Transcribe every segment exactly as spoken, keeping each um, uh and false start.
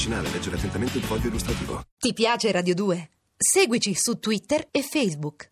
medicinale. Leggere attentamente il foglio illustrativo. Ti piace Radio due? Seguici su Twitter e Facebook.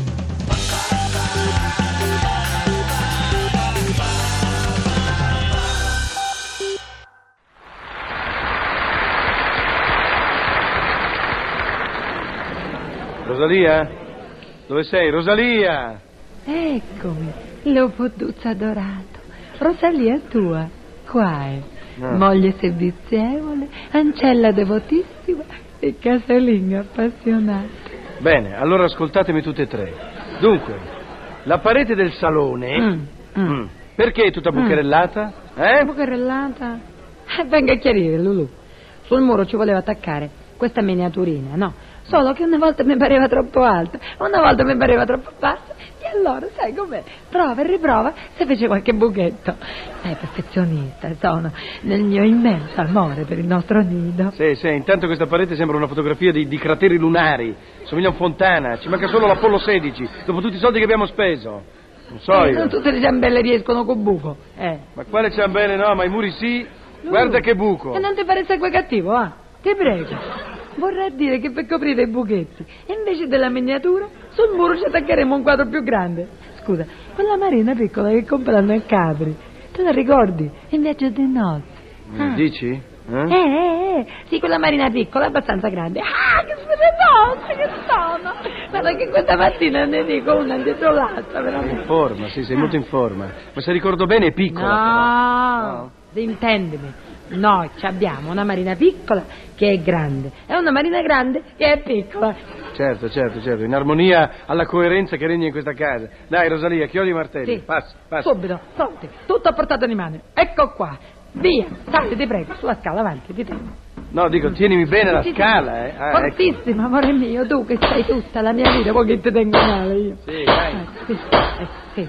Rosalia? Dove sei, Rosalia? Eccomi, Leopolduzzo adorato. Rosalia tua, qua è. Ah. Moglie servizievole, ancella devotissima e casalinga appassionato. Bene, allora ascoltatemi tutte e tre. Dunque, la parete del salone... Mm, mm. Mm. Perché è tutta bucherellata? Eh? Bucherellata? Eh, venga a chiarire, Lulù. Sul muro ci voleva attaccare questa miniaturina, no? Solo che una volta mi pareva troppo alta, una volta mi pareva troppo bassa, e allora, sai com'è? Prova e riprova se fece qualche buchetto. Sai, perfezionista sono, nel mio immenso amore per il nostro nido. Sì, sì, intanto questa parete sembra una fotografia di, di crateri lunari, somiglia a un Fontana, ci manca solo l'Apollo sedici, dopo tutti i soldi che abbiamo speso. Non so Eh, io. non tutte le ciambelle riescono col buco, eh. Ma quale ciambelle no, ma i muri sì, guarda che buco. E non ti pare segue cattivo, ah? Ti prego. Vorrà dire che per coprire i buchetti, invece della miniatura, sul muro ci attaccheremo un quadro più grande. Scusa, quella marina piccola che comprano a Capri, te la ricordi? In viaggio di nozze. Ah. Dici? Eh? Eh, eh, eh, sì, quella marina piccola, abbastanza grande. Ah, che spedenosa che sono! Guarda che questa mattina ne dico una dietro l'altra, veramente. In forma, sì, sei molto in forma. Ma se ricordo bene è piccola. No, però. No. intendimi. Noi ci abbiamo una marina piccola che è grande e una marina grande che è piccola. Certo, certo, certo, in armonia alla coerenza che regna in questa casa. Dai, Rosalia, chiodi i martelli. Sì, Passa, passa. subito, pronti, tutto a portata di mano. Ecco qua, via, sali, ti prego, sulla scala, avanti, ti prego. No, dico, tienimi bene la Sì, sì, scala, eh. Ah, fortissima, amore mio, tu che sei tutta la mia vita, poi che ti tengo male io. Sì, dai. Eh, sì, eh, sì.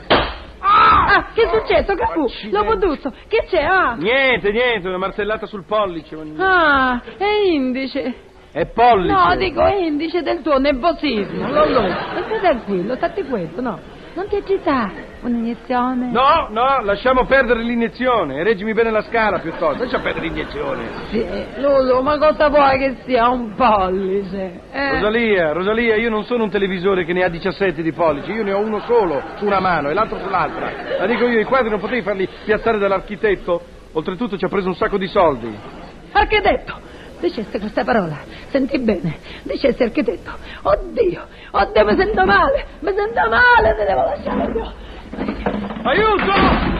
Ah, che è successo, Capù? Leopolduzzo, che c'è? Ah, Niente, niente, una martellata sul pollice. ah, è indice. È pollice. No, dico, è indice del tuo nervosismo. Lollo, e stai tranquillo, stai quieto, no? Non ti agitare. Un'iniezione? No, no, lasciamo perdere l'iniezione. Reggimi bene la scala piuttosto. Lascia perdere l'iniezione. Sì, Lollo, ma cosa vuoi che sia un pollice? Eh? Rosalia, Rosalia, io non sono un televisore che ne ha diciassette di pollici. Io ne ho uno solo su una mano e l'altro sull'altra. Ma dico io, i quadri non potevi farli piazzare dall'architetto? Oltretutto ci ha preso un sacco di soldi. Architetto! Dicesse questa parola, senti bene, dicesse architetto, oddio, oddio mi sento male, mi sento male, te devo lasciare io. Aiuto!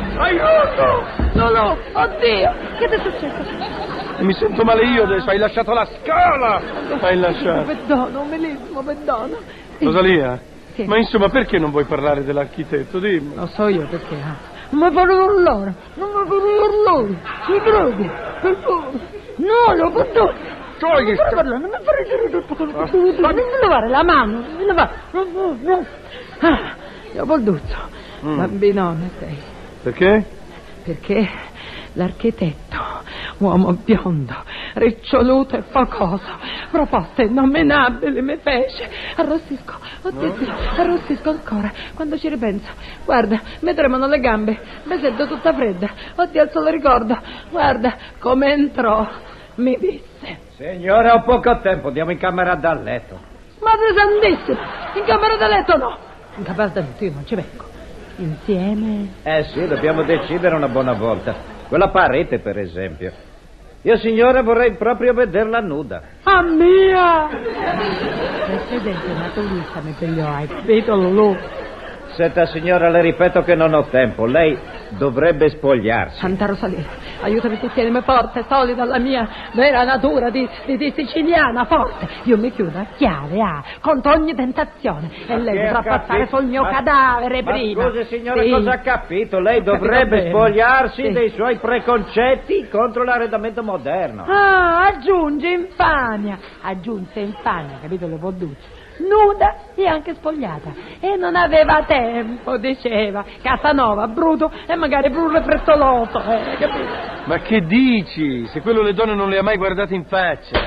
Aiuto! No, no, oddio, che ti è successo? E mi sento male io adesso, hai lasciato la scala! Hai lasciato. Perdono, umilissimo, perdono. Rosalia, Sì. ma insomma perché non vuoi parlare dell'architetto? Dimmi. Lo so io perché, ah. Non mi farò urlare, non mi farò urlare, ti prego, per favore. No, lo posso. Non mi farò parlare, non mi farò dire tutto quello che devo dire. Non mi levare la mano, non mi levare. No, no, no. Ah, Leopolduzzo, Mm. bambinone sei. Perché? Perché l'architetto, uomo biondo, riccioluto e focoso, proposte innominabili mi fece. Arrossisco, oddio, Dio, arrossisco ancora quando ci ripenso. Guarda, mi tremano le gambe, mi sento tutta fredda. Oddio, al solo ricordo. Guarda come entrò, mi disse: Signora, ho poco tempo, andiamo in camera da letto. Madre Santissima, in camera da letto no. In camera da letto io non ci vengo. Insieme? Eh sì, dobbiamo decidere una buona volta. Quella parete, per esempio. Io, signora, vorrei proprio vederla nuda. Ah mia! Presidente, naturalista mi pigliò, hai capito, Lulù? Senta, signora, le ripeto che non ho tempo. Lei dovrebbe spogliarsi. Santa Rosalia, aiutami tu, tienimi forte, solida la mia vera natura di, di, di siciliana, forte. Io mi chiudo a chiave, ah, contro ogni tentazione. E lei Che dovrà ha capito? passare sul mio Ma- cadavere ma prima. scusi, signora, Sì. cosa ha capito? Lei Ho capito dovrebbe bene. spogliarsi Sì. dei suoi preconcetti contro l'arredamento moderno. Ah, aggiunge infamia. Aggiunse infamia, capito, Leopolduzzo? Nuda e anche spogliata. E non aveva tempo, diceva. Casanova, bruto e magari pure frettoloso, eh, capito? Ma che dici? Se quello le donne non le ha mai guardate in faccia.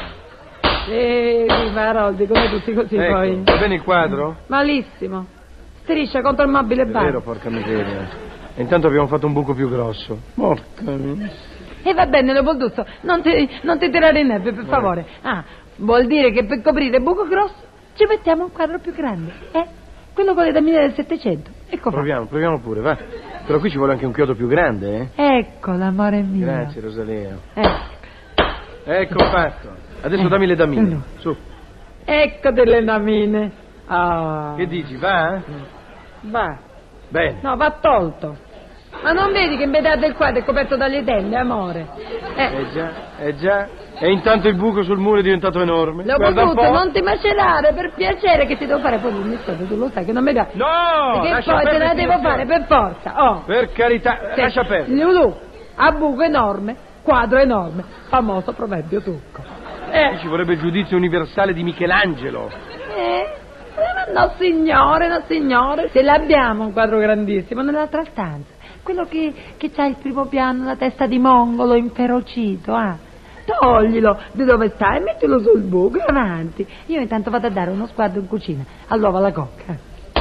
Sì, Maroldi, come tutti così Ecco, poi. va bene il quadro? Malissimo. Striscia contro il mobile È bar. vero, porca miseria. E intanto abbiamo fatto un buco più grosso. Porca miseria. E va bene, Leopolduccio, non ti, non ti tirare i nervi, per favore. Ah, vuol dire che per coprire il buco grosso ci mettiamo un quadro più grande, eh? Quello con le damine del Settecento. Ecco. Proviamo, proviamo pure, va. Però qui ci vuole anche un chiodo più grande, eh? Ecco, l'amore mio. Grazie, Rosalia. Ecco. Ecco fatto. Adesso Eh, dammi le damine. no. Su. Ecco delle damine. Ah. Che dici, va? Va. Bene. No, va tolto. Ma non vedi che metà del quadro è coperto dalle tende, amore? Eh. Eh già, eh già. E intanto il buco sul muro è diventato enorme. L'ho Guarda un potuto, po'. non ti macerare, per piacere, che ti devo fare poi un misto, tu lo sai che non mi dai. No! Che lascia poi te perdere la il devo fare finestrone. per forza, oh. Per carità, Sì. lascia perdere. Lulu, a buco enorme, quadro enorme, famoso proverbio turco. Qui Eh, ci vorrebbe il giudizio universale di Michelangelo. eh, eh, no signore, no signore, ce l'abbiamo un quadro grandissimo nell'altra stanza. Quello che, che c'ha il primo piano, la testa di mongolo inferocito, ah. Toglilo di dove sta e mettilo sul buco e avanti. Io intanto vado a dare uno sguardo in cucina all'uovo alla cocca.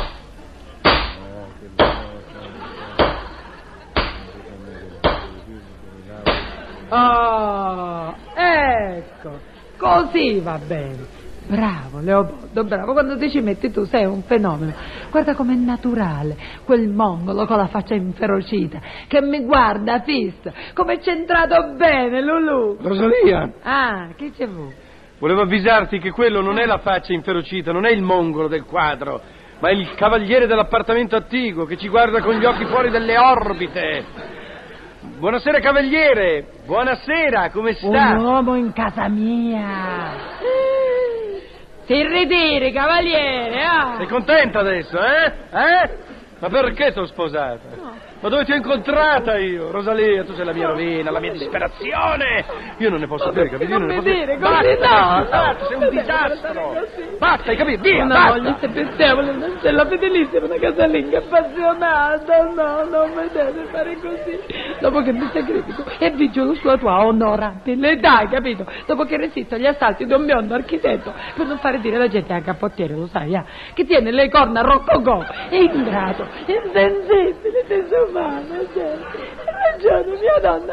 Oh, ecco, così va bene. Bravo Leopoldo, bravo, quando ti ci metti tu sei un fenomeno. Guarda com'è naturale quel mongolo con la faccia inferocita che mi guarda fissa, com'è centrato bene, Lulu. Rosalia, Ah, che c'è vu? volevo avvisarti che quello non è la faccia inferocita, non è il mongolo del quadro, ma è il cavaliere dell'appartamento attiguo che ci guarda con gli occhi fuori dalle orbite. Buonasera cavaliere, buonasera, come sta? Un uomo in casa mia. Si ritiri, cavaliere, ah. Sei contenta adesso, eh? Eh? Ma perché t'ho sposata? No. Ma dove ti ho incontrata io? Rosalia, tu sei la mia rovina, la mia disperazione. Io non ne posso più, capito? Io non ne mi posso dire più. così, Basta, no, basta, no, sei non un mi dire disastro. così. Basta, hai capito? Via, Una basta. moglie spezievole, una cella fedelissima, una casalinga appassionata. No, non mi deve fare così. Dopo che mi sacrifico e vigilo sulla tua onorabile età, capito? Dopo che resisto agli assalti di un biondo architetto per non fare dire alla gente a cappottiere, lo sai, eh? Che tiene le corna rococò, è ingrato, insensibile, disumano, gente. Hai ragione, mia donna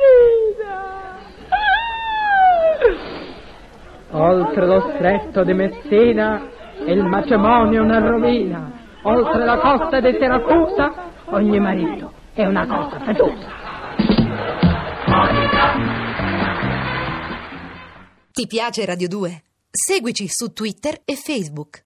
casina. Oltre lo stretto di Messina il matrimonio è una rovina. Oltre la costa di Siracusa ogni marito è una cosa fetosa. Ti piace Radio due? Seguici su Twitter e Facebook.